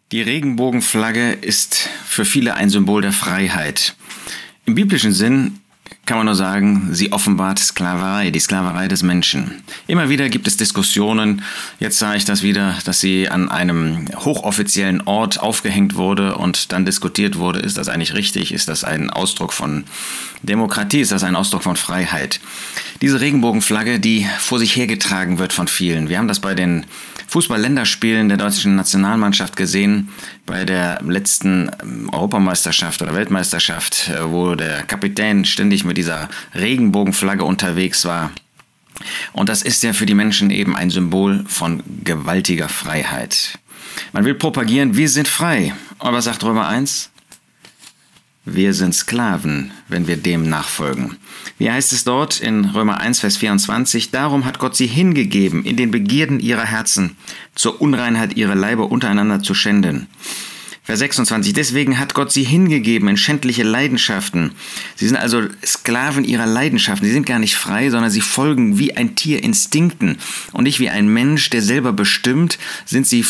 Die Regenbogenflagge ist für viele ein Symbol der Freiheit. Im biblischen Sinn kann man nur sagen, sie offenbart Sklaverei, die Sklaverei des Menschen. Immer wieder gibt es Diskussionen, jetzt sah ich das wieder, dass sie an einem hochoffiziellen Ort aufgehängt wurde und dann diskutiert wurde, ist das eigentlich richtig, ist das ein Ausdruck von Demokratie, ist das ein Ausdruck von Freiheit. Diese Regenbogenflagge, die vor sich hergetragen wird von vielen. Wir haben das bei den Fußball-Länderspielen der deutschen Nationalmannschaft gesehen, bei der letzten Europameisterschaft oder Weltmeisterschaft, wo der Kapitän ständig mit dieser Regenbogenflagge unterwegs war. Und das ist ja für die Menschen eben ein Symbol von gewaltiger Freiheit. Man will propagieren, wir sind frei. Und was sagt Römer 1? Wir sind Sklaven, wenn wir dem nachfolgen. Wie heißt es dort in Römer 1, Vers 24? Darum hat Gott sie hingegeben, in den Begierden ihrer Herzen, zur Unreinheit ihrer Leiber untereinander zu schänden. Vers 26, deswegen hat Gott sie hingegeben in schändliche Leidenschaften. Sie sind also Sklaven ihrer Leidenschaften. Sie sind gar nicht frei, sondern sie folgen wie ein Tier Instinkten. Und nicht wie ein Mensch, der selber bestimmt, sind sie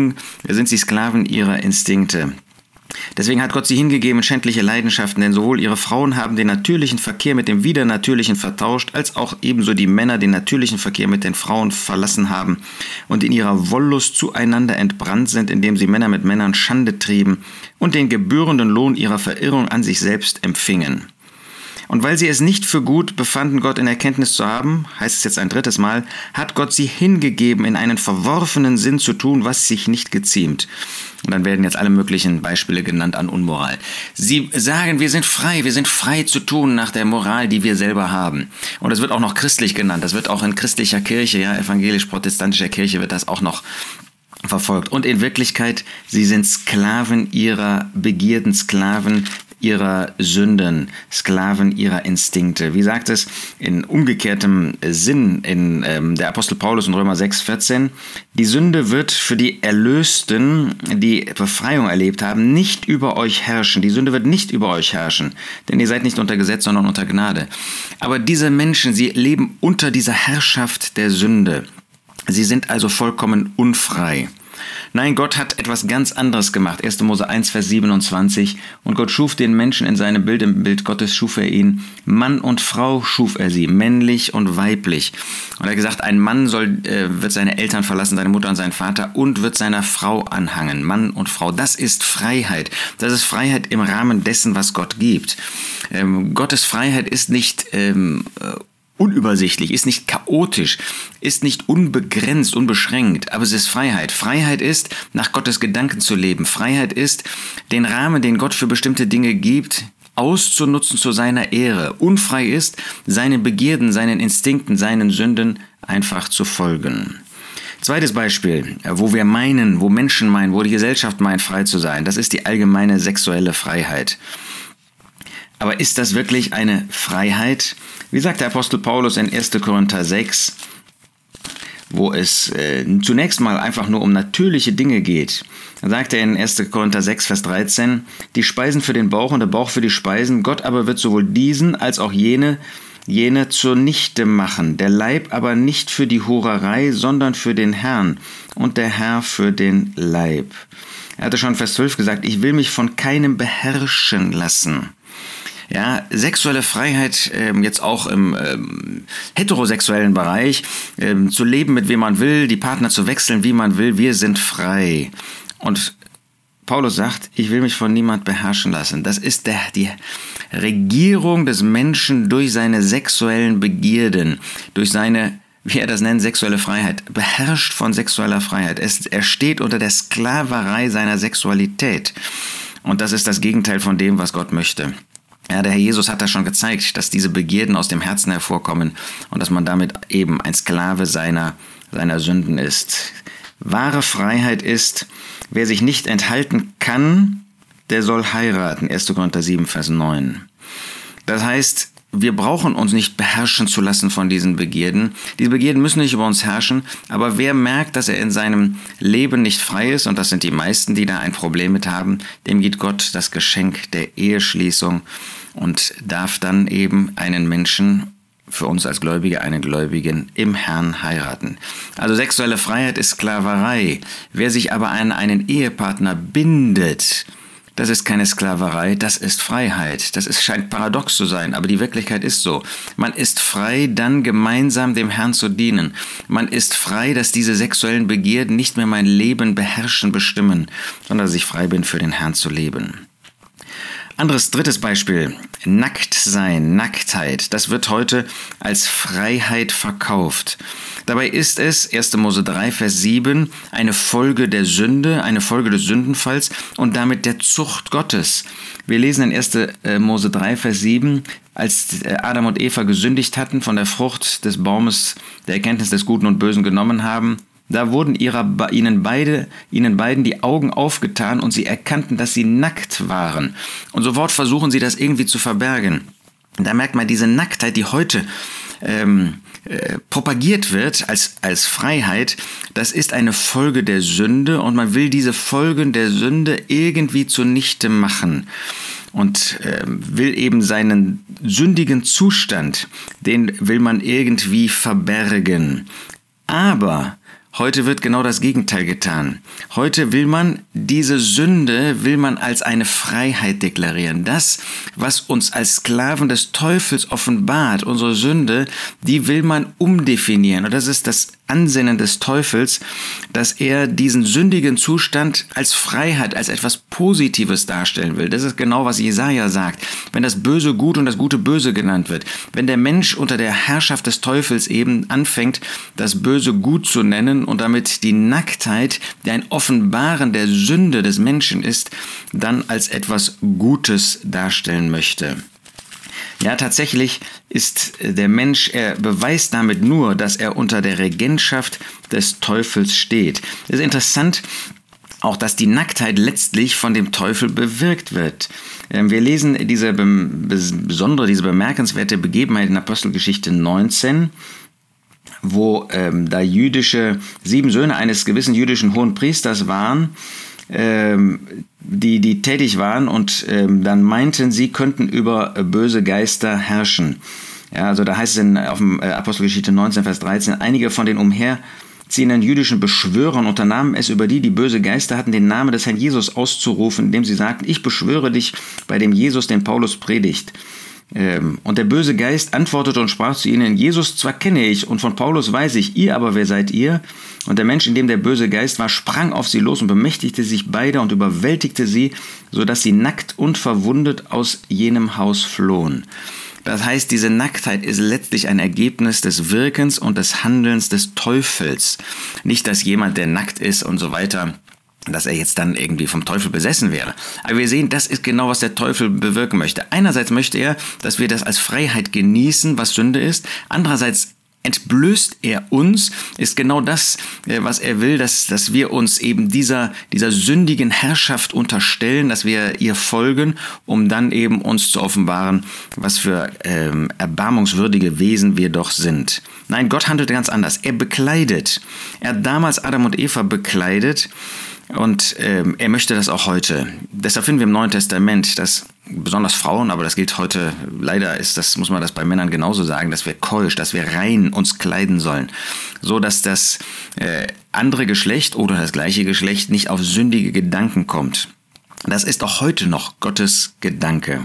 Sklaven ihrer Instinkte. Deswegen hat Gott sie hingegeben in schändliche Leidenschaften, denn sowohl ihre Frauen haben den natürlichen Verkehr mit dem Widernatürlichen vertauscht, als auch ebenso die Männer den natürlichen Verkehr mit den Frauen verlassen haben und in ihrer Wollust zueinander entbrannt sind, indem sie Männer mit Männern Schande trieben und den gebührenden Lohn ihrer Verirrung an sich selbst empfingen. Und weil sie es nicht für gut befanden, Gott in Erkenntnis zu haben, heißt es jetzt ein drittes Mal, hat Gott sie hingegeben, in einen verworfenen Sinn zu tun, was sich nicht geziemt. Und dann werden jetzt alle möglichen Beispiele genannt an Unmoral. Sie sagen, wir sind frei zu tun nach der Moral, die wir selber haben. Und das wird auch noch christlich genannt, das wird auch in christlicher Kirche, ja, evangelisch-protestantischer Kirche wird das auch noch verfolgt. Und in Wirklichkeit, sie sind Sklaven ihrer Begierden, Sklaven ihrer Sünden, Sklaven ihrer Instinkte. Wie sagt es in umgekehrtem Sinn in der Apostel Paulus in Römer 6, 14? Die Sünde wird für die Erlösten, die Befreiung erlebt haben, nicht über euch herrschen. Die Sünde wird nicht über euch herrschen, denn ihr seid nicht unter Gesetz, sondern unter Gnade. Aber diese Menschen, sie leben unter dieser Herrschaft der Sünde. Sie sind also vollkommen unfrei. Nein, Gott hat etwas ganz anderes gemacht. 1. Mose 1, Vers 27. Und Gott schuf den Menschen in seinem Bild, im Bild Gottes schuf er ihn. Mann und Frau schuf er sie, männlich und weiblich. Und er hat gesagt, ein Mann wird seine Eltern verlassen, seine Mutter und seinen Vater und wird seiner Frau anhangen. Mann und Frau, das ist Freiheit. Das ist Freiheit im Rahmen dessen, was Gott gibt. Gottes Freiheit ist nicht unübersichtlich, ist nicht chaotisch, ist nicht unbegrenzt, unbeschränkt, aber es ist Freiheit. Freiheit ist, nach Gottes Gedanken zu leben. Freiheit ist, den Rahmen, den Gott für bestimmte Dinge gibt, auszunutzen zu seiner Ehre. Unfrei ist, seinen Begierden, seinen Instinkten, seinen Sünden einfach zu folgen. Zweites Beispiel, wo Menschen meinen, wo die Gesellschaft meint, frei zu sein, das ist die allgemeine sexuelle Freiheit. Aber ist das wirklich eine Freiheit? Wie sagt der Apostel Paulus in 1. Korinther 6, wo es zunächst mal einfach nur um natürliche Dinge geht. Dann sagt er in 1. Korinther 6, Vers 13, die Speisen für den Bauch und der Bauch für die Speisen, Gott aber wird sowohl diesen als auch jene zunichte machen, der Leib aber nicht für die Hurerei, sondern für den Herrn und der Herr für den Leib. Er hatte schon in Vers 12 gesagt, ich will mich von keinem beherrschen lassen. Ja, sexuelle Freiheit, jetzt auch im heterosexuellen Bereich, zu leben mit wem man will, die Partner zu wechseln, wie man will, wir sind frei. Und Paulus sagt, ich will mich von niemand beherrschen lassen. Das ist die Regierung des Menschen durch seine sexuellen Begierden, durch seine, wie er das nennt, sexuelle Freiheit, beherrscht von sexueller Freiheit. Er steht unter der Sklaverei seiner Sexualität. Und das ist das Gegenteil von dem, was Gott möchte. Ja, der Herr Jesus hat das schon gezeigt, dass diese Begierden aus dem Herzen hervorkommen und dass man damit eben ein Sklave seiner Sünden ist. Wahre Freiheit ist, wer sich nicht enthalten kann, der soll heiraten. 1. Korinther 7, Vers 9. Das heißt, wir brauchen uns nicht beherrschen zu lassen von diesen Begierden. Diese Begierden müssen nicht über uns herrschen, aber wer merkt, dass er in seinem Leben nicht frei ist, und das sind die meisten, die da ein Problem mit haben, dem gibt Gott das Geschenk der Eheschließung und darf dann eben einen Menschen für uns als Gläubige einen Gläubigen im Herrn heiraten. Also sexuelle Freiheit ist Sklaverei. Wer sich aber an einen Ehepartner bindet, das ist keine Sklaverei, das ist Freiheit. Scheint paradox zu sein, aber die Wirklichkeit ist so. Man ist frei, dann gemeinsam dem Herrn zu dienen. Man ist frei, dass diese sexuellen Begierden nicht mehr mein Leben beherrschen, bestimmen, sondern dass ich frei bin, für den Herrn zu leben. Drittes Beispiel, Nacktsein, Nacktheit. Das wird heute als Freiheit verkauft. Dabei ist es, 1. Mose 3, Vers 7, eine Folge der Sünde, eine Folge des Sündenfalls und damit der Zucht Gottes. Wir lesen in 1. Mose 3, Vers 7, als Adam und Eva gesündigt hatten, von der Frucht des Baumes der Erkenntnis des Guten und Bösen genommen haben, da wurden ihnen beiden die Augen aufgetan und sie erkannten, dass sie nackt waren. Und sofort versuchen sie das irgendwie zu verbergen. Da merkt man diese Nacktheit, die heute propagiert wird als Freiheit, das ist eine Folge der Sünde und man will diese Folgen der Sünde irgendwie zunichte machen. Und will eben seinen sündigen Zustand, den will man irgendwie verbergen. Aber heute wird genau das Gegenteil getan. Heute will man diese Sünde als eine Freiheit deklarieren. Das, was uns als Sklaven des Teufels offenbart, unsere Sünde, die will man umdefinieren. Und das ist das Ansinnen des Teufels, dass er diesen sündigen Zustand als Freiheit, als etwas Positives darstellen will. Das ist genau, was Jesaja sagt. Wenn das Böse gut und das Gute böse genannt wird, wenn der Mensch unter der Herrschaft des Teufels eben anfängt, das Böse gut zu nennen und damit die Nacktheit, die ein Offenbaren der Sünde des Menschen ist, dann als etwas Gutes darstellen möchte. Ja, tatsächlich ist der Mensch, er beweist damit nur, dass er unter der Regentschaft des Teufels steht. Es ist interessant, auch dass die Nacktheit letztlich von dem Teufel bewirkt wird. Wir lesen diese bemerkenswerte Begebenheit in Apostelgeschichte 19, wo da 7 Söhne eines gewissen jüdischen Hohenpriesters waren, die tätig waren und dann meinten, sie könnten über böse Geister herrschen. Ja, also da heißt es auf dem Apostelgeschichte 19, Vers 13, einige von den umherziehenden jüdischen Beschwörern unternahmen es, über die böse Geister hatten, den Namen des Herrn Jesus auszurufen, indem sie sagten, ich beschwöre dich bei dem Jesus, den Paulus predigt. Und der böse Geist antwortete und sprach zu ihnen, Jesus zwar kenne ich und von Paulus weiß ich, ihr aber wer seid ihr? Und der Mensch, in dem der böse Geist war, sprang auf sie los und bemächtigte sich beider und überwältigte sie, sodass sie nackt und verwundet aus jenem Haus flohen. Das heißt, diese Nacktheit ist letztlich ein Ergebnis des Wirkens und des Handelns des Teufels. Nicht, dass jemand, der nackt ist und so weiter, dass er jetzt dann irgendwie vom Teufel besessen wäre. Aber wir sehen, das ist genau, was der Teufel bewirken möchte. Einerseits möchte er, dass wir das als Freiheit genießen, was Sünde ist. Andererseits entblößt er uns, ist genau das, was er will, dass wir uns eben dieser sündigen Herrschaft unterstellen, dass wir ihr folgen, um dann eben uns zu offenbaren, was für erbarmungswürdige Wesen wir doch sind. Nein, Gott handelt ganz anders. Er bekleidet. Er hat damals Adam und Eva bekleidet und er möchte das auch heute. Deshalb finden wir im Neuen Testament, dass besonders Frauen, aber das gilt heute, leider muss man das bei Männern genauso sagen, dass wir keusch, dass wir rein uns kleiden sollen, so dass das andere Geschlecht oder das gleiche Geschlecht nicht auf sündige Gedanken kommt. Das ist auch heute noch Gottes Gedanke.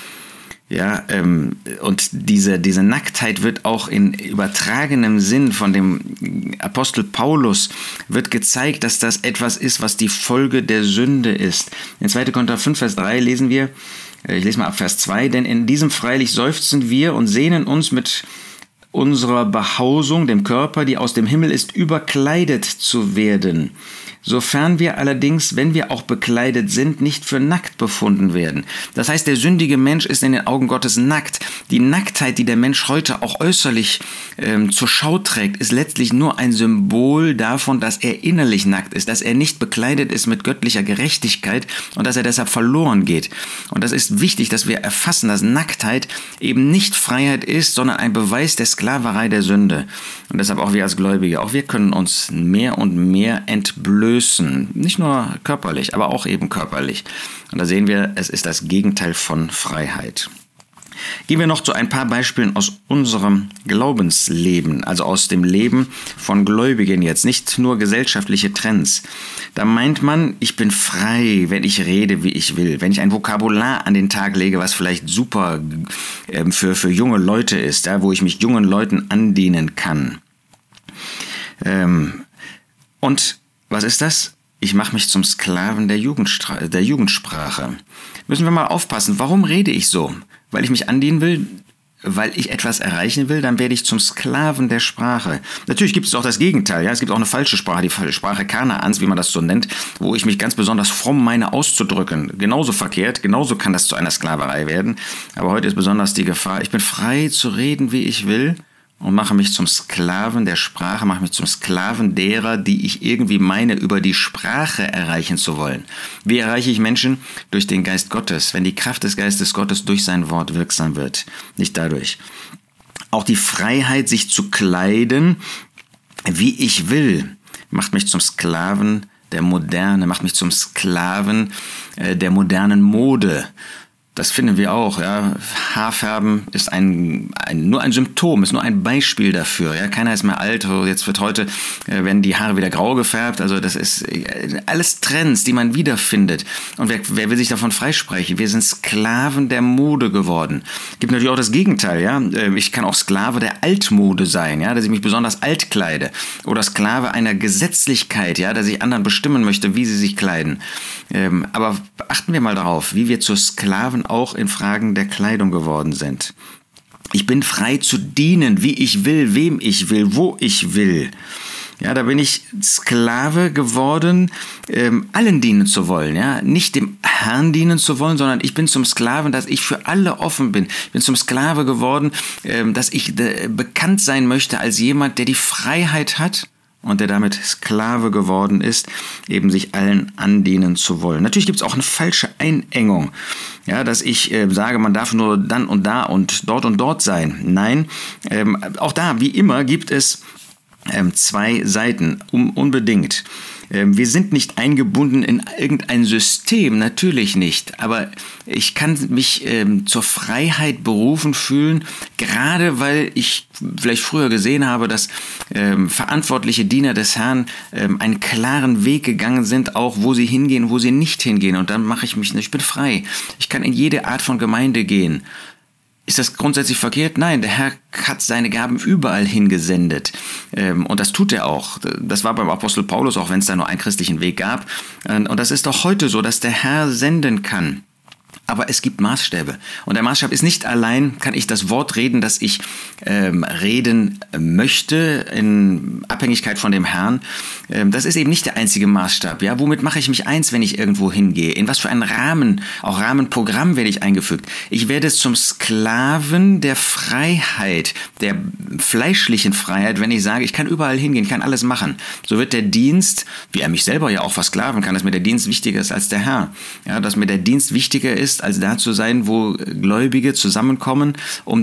Ja, und diese Nacktheit wird auch in übertragenem Sinn von dem Apostel Paulus wird gezeigt, dass das etwas ist, was die Folge der Sünde ist. In 2. Korinther 5, Vers 3 lesen wir, ich lese mal ab Vers 2, denn in diesem freilich seufzen wir und sehnen uns mit unserer Behausung, dem Körper, die aus dem Himmel ist, überkleidet zu werden. Sofern wir allerdings, wenn wir auch bekleidet sind, nicht für nackt befunden werden. Das heißt, der sündige Mensch ist in den Augen Gottes nackt. Die Nacktheit, die der Mensch heute auch äußerlich zur Schau trägt, ist letztlich nur ein Symbol davon, dass er innerlich nackt ist, dass er nicht bekleidet ist mit göttlicher Gerechtigkeit und dass er deshalb verloren geht. Und das ist wichtig, dass wir erfassen, dass Nacktheit eben nicht Freiheit ist, sondern ein Beweis der Sklaverei der Sünde. Und deshalb auch wir als Gläubige, auch wir können uns mehr und mehr entblößen. Nicht nur körperlich, aber auch eben körperlich. Und da sehen wir, es ist das Gegenteil von Freiheit. Gehen wir noch zu ein paar Beispielen aus unserem Glaubensleben, also aus dem Leben von Gläubigen jetzt, nicht nur gesellschaftliche Trends. Da meint man, ich bin frei, wenn ich rede, wie ich will, wenn ich ein Vokabular an den Tag lege, was vielleicht super für junge Leute ist, ja, wo ich mich jungen Leuten andienen kann. Und was ist das? Ich mache mich zum Sklaven der Jugendsprache. Müssen wir mal aufpassen, warum rede ich so? Weil ich mich andienen will, weil ich etwas erreichen will, dann werde ich zum Sklaven der Sprache. Natürlich gibt es auch das Gegenteil. Ja? Es gibt auch eine falsche Sprache, die Sprache Kanaans, wie man das so nennt, wo ich mich ganz besonders fromm meine auszudrücken. Genauso verkehrt, genauso kann das zu einer Sklaverei werden. Aber heute ist besonders die Gefahr, ich bin frei zu reden, wie ich will, und mache mich zum Sklaven der Sprache, mache mich zum Sklaven derer, die ich irgendwie meine, über die Sprache erreichen zu wollen. Wie erreiche ich Menschen? Durch den Geist Gottes, wenn die Kraft des Geistes Gottes durch sein Wort wirksam wird, nicht dadurch. Auch die Freiheit, sich zu kleiden, wie ich will, macht mich zum Sklaven der Moderne, macht mich zum Sklaven der modernen Mode. Das finden wir auch. Ja. Haarfärben ist nur ein Symptom, ist nur ein Beispiel dafür. Ja. Keiner ist mehr alt. Jetzt werden die Haare wieder grau gefärbt. Also das ist alles Trends, die man wiederfindet. Und wer will sich davon freisprechen? Wir sind Sklaven der Mode geworden. Gibt natürlich auch das Gegenteil. Ja. Ich kann auch Sklave der Altmode sein, ja, dass ich mich besonders alt kleide. Oder Sklave einer Gesetzlichkeit, ja, dass ich anderen bestimmen möchte, wie sie sich kleiden. Aber achten wir mal darauf, wie wir zu Sklaven auch in Fragen der Kleidung geworden sind. Ich bin frei zu dienen, wie ich will, wem ich will, wo ich will. Ja, da bin ich Sklave geworden, allen dienen zu wollen, ja, nicht dem Herrn dienen zu wollen, sondern ich bin zum Sklaven, dass ich für alle offen bin. Ich bin zum Sklave geworden, dass ich bekannt sein möchte als jemand, der die Freiheit hat und der damit Sklave geworden ist, eben sich allen andienen zu wollen. Natürlich gibt es auch eine falsche Einengung, ja, dass ich sage, man darf nur dann und dort sein. Nein, auch da, wie immer, gibt es zwei Seiten, unbedingt. Wir sind nicht eingebunden in irgendein System, natürlich nicht, aber ich kann mich zur Freiheit berufen fühlen, gerade weil ich vielleicht früher gesehen habe, dass verantwortliche Diener des Herrn einen klaren Weg gegangen sind, auch wo sie hingehen, wo sie nicht hingehen, und dann ich bin frei. Ich kann in jede Art von Gemeinde gehen. Ist das grundsätzlich verkehrt? Nein, der Herr hat seine Gaben überall hingesendet. Und das tut er auch. Das war beim Apostel Paulus, auch wenn es da nur einen christlichen Weg gab. Und das ist auch heute so, dass der Herr senden kann. Aber es gibt Maßstäbe. Und der Maßstab ist nicht allein, kann ich das Wort reden, das ich reden möchte, in Abhängigkeit von dem Herrn. Das ist eben nicht der einzige Maßstab. Ja? Womit mache ich mich eins, wenn ich irgendwo hingehe? In was für einen Rahmen, auch Rahmenprogramm werde ich eingefügt? Ich werde zum Sklaven der Freiheit, der fleischlichen Freiheit, wenn ich sage, ich kann überall hingehen, ich kann alles machen. So wird der Dienst, wie er mich selber ja auch versklaven kann, dass mir der Dienst wichtiger ist als der Herr. Ja, dass mir der Dienst wichtiger ist, als da zu sein, wo Gläubige zusammenkommen, um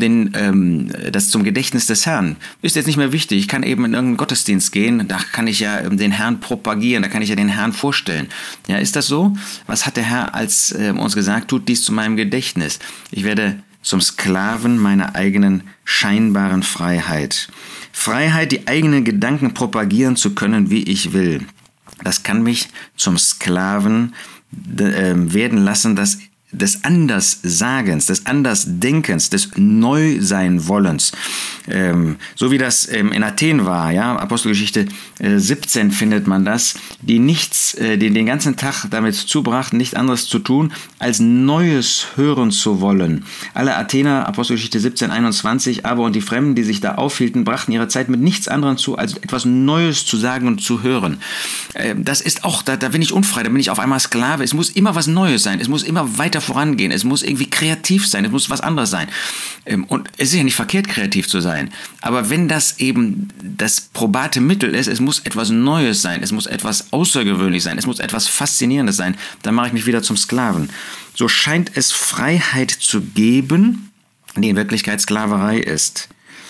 das zum Gedächtnis des Herrn. Ist jetzt nicht mehr wichtig. Ich kann eben in irgendeinen Gottesdienst gehen, da kann ich ja den Herrn propagieren, da kann ich ja den Herrn vorstellen. Ja, ist das so? Was hat der Herr uns gesagt? Tut dies zu meinem Gedächtnis. Ich werde zum Sklaven meiner eigenen scheinbaren Freiheit. Freiheit, die eigenen Gedanken propagieren zu können, wie ich will. Das kann mich zum Sklaven werden lassen, des Anderssagens, des Andersdenkens, des Neuseinwollens. So wie das in Athen war, ja, Apostelgeschichte 17 findet man das, die den ganzen Tag damit zubrachten, nichts anderes zu tun, als Neues hören zu wollen. Alle Athener, Apostelgeschichte 17, 21, aber und die Fremden, die sich da aufhielten, brachten ihre Zeit mit nichts anderem zu, als etwas Neues zu sagen und zu hören. Das ist auch, da bin ich unfrei, da bin ich auf einmal Sklave. Es muss immer was Neues sein, es muss immer weiter vorangehen, es muss irgendwie kreativ sein, es muss was anderes sein. Und es ist ja nicht verkehrt, kreativ zu sein, aber wenn das eben das probate Mittel ist, es muss etwas Neues sein, es muss etwas Außergewöhnliches sein, es muss etwas Faszinierendes sein, dann mache ich mich wieder zum Sklaven. So scheint es Freiheit zu geben, die in Wirklichkeit Sklaverei ist.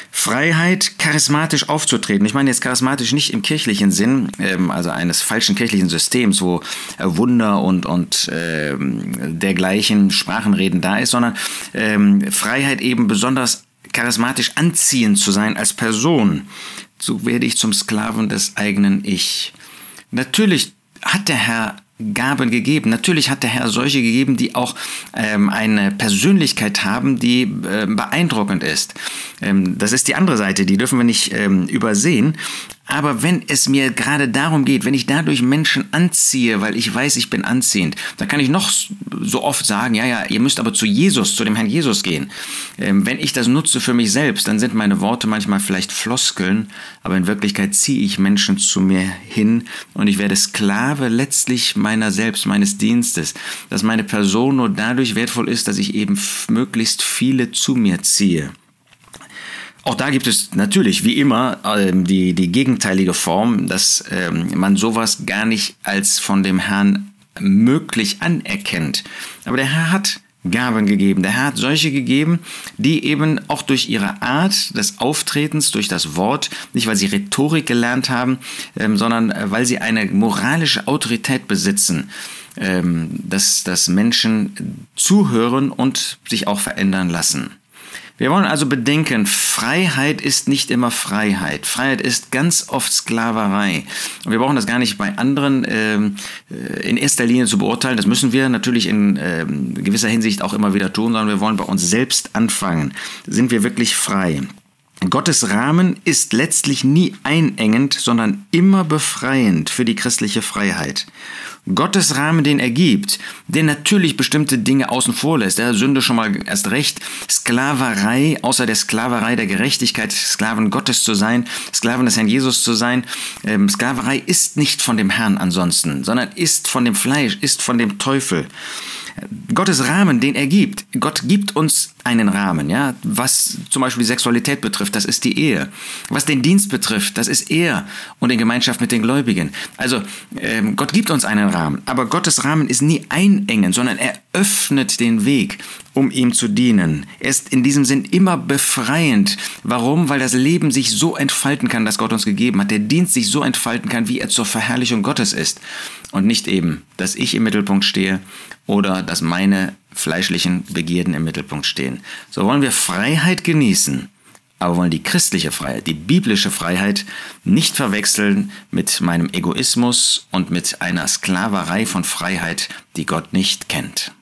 Freiheit, charismatisch aufzutreten. Ich meine jetzt charismatisch nicht im kirchlichen Sinn, also eines falschen kirchlichen Systems, wo Wunder und dergleichen Sprachenreden da ist, sondern Freiheit eben besonders charismatisch anziehend zu sein als Person. So werde ich zum Sklaven des eigenen Ich. Natürlich hat der Herr Gaben gegeben. Natürlich hat der Herr solche gegeben, die auch eine Persönlichkeit haben, die beeindruckend ist. Das ist die andere Seite, die dürfen wir nicht übersehen. Aber wenn es mir gerade darum geht, wenn ich dadurch Menschen anziehe, weil ich weiß, ich bin anziehend, dann kann ich noch so oft sagen, ja, ihr müsst aber zu Jesus, zu dem Herrn Jesus gehen. Wenn ich das nutze für mich selbst, dann sind meine Worte manchmal vielleicht Floskeln, aber in Wirklichkeit ziehe ich Menschen zu mir hin und ich werde Sklave letztlich meines Dienstes, dass meine Person nur dadurch wertvoll ist, dass ich eben möglichst viele zu mir ziehe. Auch da gibt es natürlich, wie immer, die gegenteilige Form, dass man sowas gar nicht als von dem Herrn möglich anerkennt. Aber der Herr hat Gaben gegeben. Der Herr hat solche gegeben, die eben auch durch ihre Art des Auftretens, durch das Wort, nicht weil sie Rhetorik gelernt haben, sondern weil sie eine moralische Autorität besitzen, dass Menschen zuhören und sich auch verändern lassen. Wir wollen also bedenken, Freiheit ist nicht immer Freiheit. Freiheit ist ganz oft Sklaverei. Und wir brauchen das gar nicht bei anderen in erster Linie zu beurteilen. Das müssen wir natürlich in gewisser Hinsicht auch immer wieder tun, sondern wir wollen bei uns selbst anfangen. Sind wir wirklich frei? Gottes Rahmen ist letztlich nie einengend, sondern immer befreiend für die christliche Freiheit. Gottes Rahmen, den er gibt, der natürlich bestimmte Dinge außen vor lässt, Sünde schon mal erst recht, Sklaverei, außer der Sklaverei der Gerechtigkeit, Sklaven Gottes zu sein, Sklaven des Herrn Jesus zu sein. Sklaverei ist nicht von dem Herrn ansonsten, sondern ist von dem Fleisch, ist von dem Teufel. Gottes Rahmen, den er gibt. Gott gibt uns einen Rahmen, ja, was zum Beispiel die Sexualität betrifft, das ist die Ehe. Was den Dienst betrifft, das ist er und in Gemeinschaft mit den Gläubigen. Also Gott gibt uns einen Rahmen, aber Gottes Rahmen ist nie einengend, sondern er öffnet den Weg, um ihm zu dienen. Er ist in diesem Sinn immer befreiend. Warum? Weil das Leben sich so entfalten kann, das Gott uns gegeben hat. Der Dienst sich so entfalten kann, wie er zur Verherrlichung Gottes ist. Und nicht eben, dass ich im Mittelpunkt stehe oder dass meine fleischlichen Begierden im Mittelpunkt stehen. So wollen wir Freiheit genießen, aber wollen die christliche Freiheit, die biblische Freiheit nicht verwechseln mit meinem Egoismus und mit einer Sklaverei von Freiheit, die Gott nicht kennt.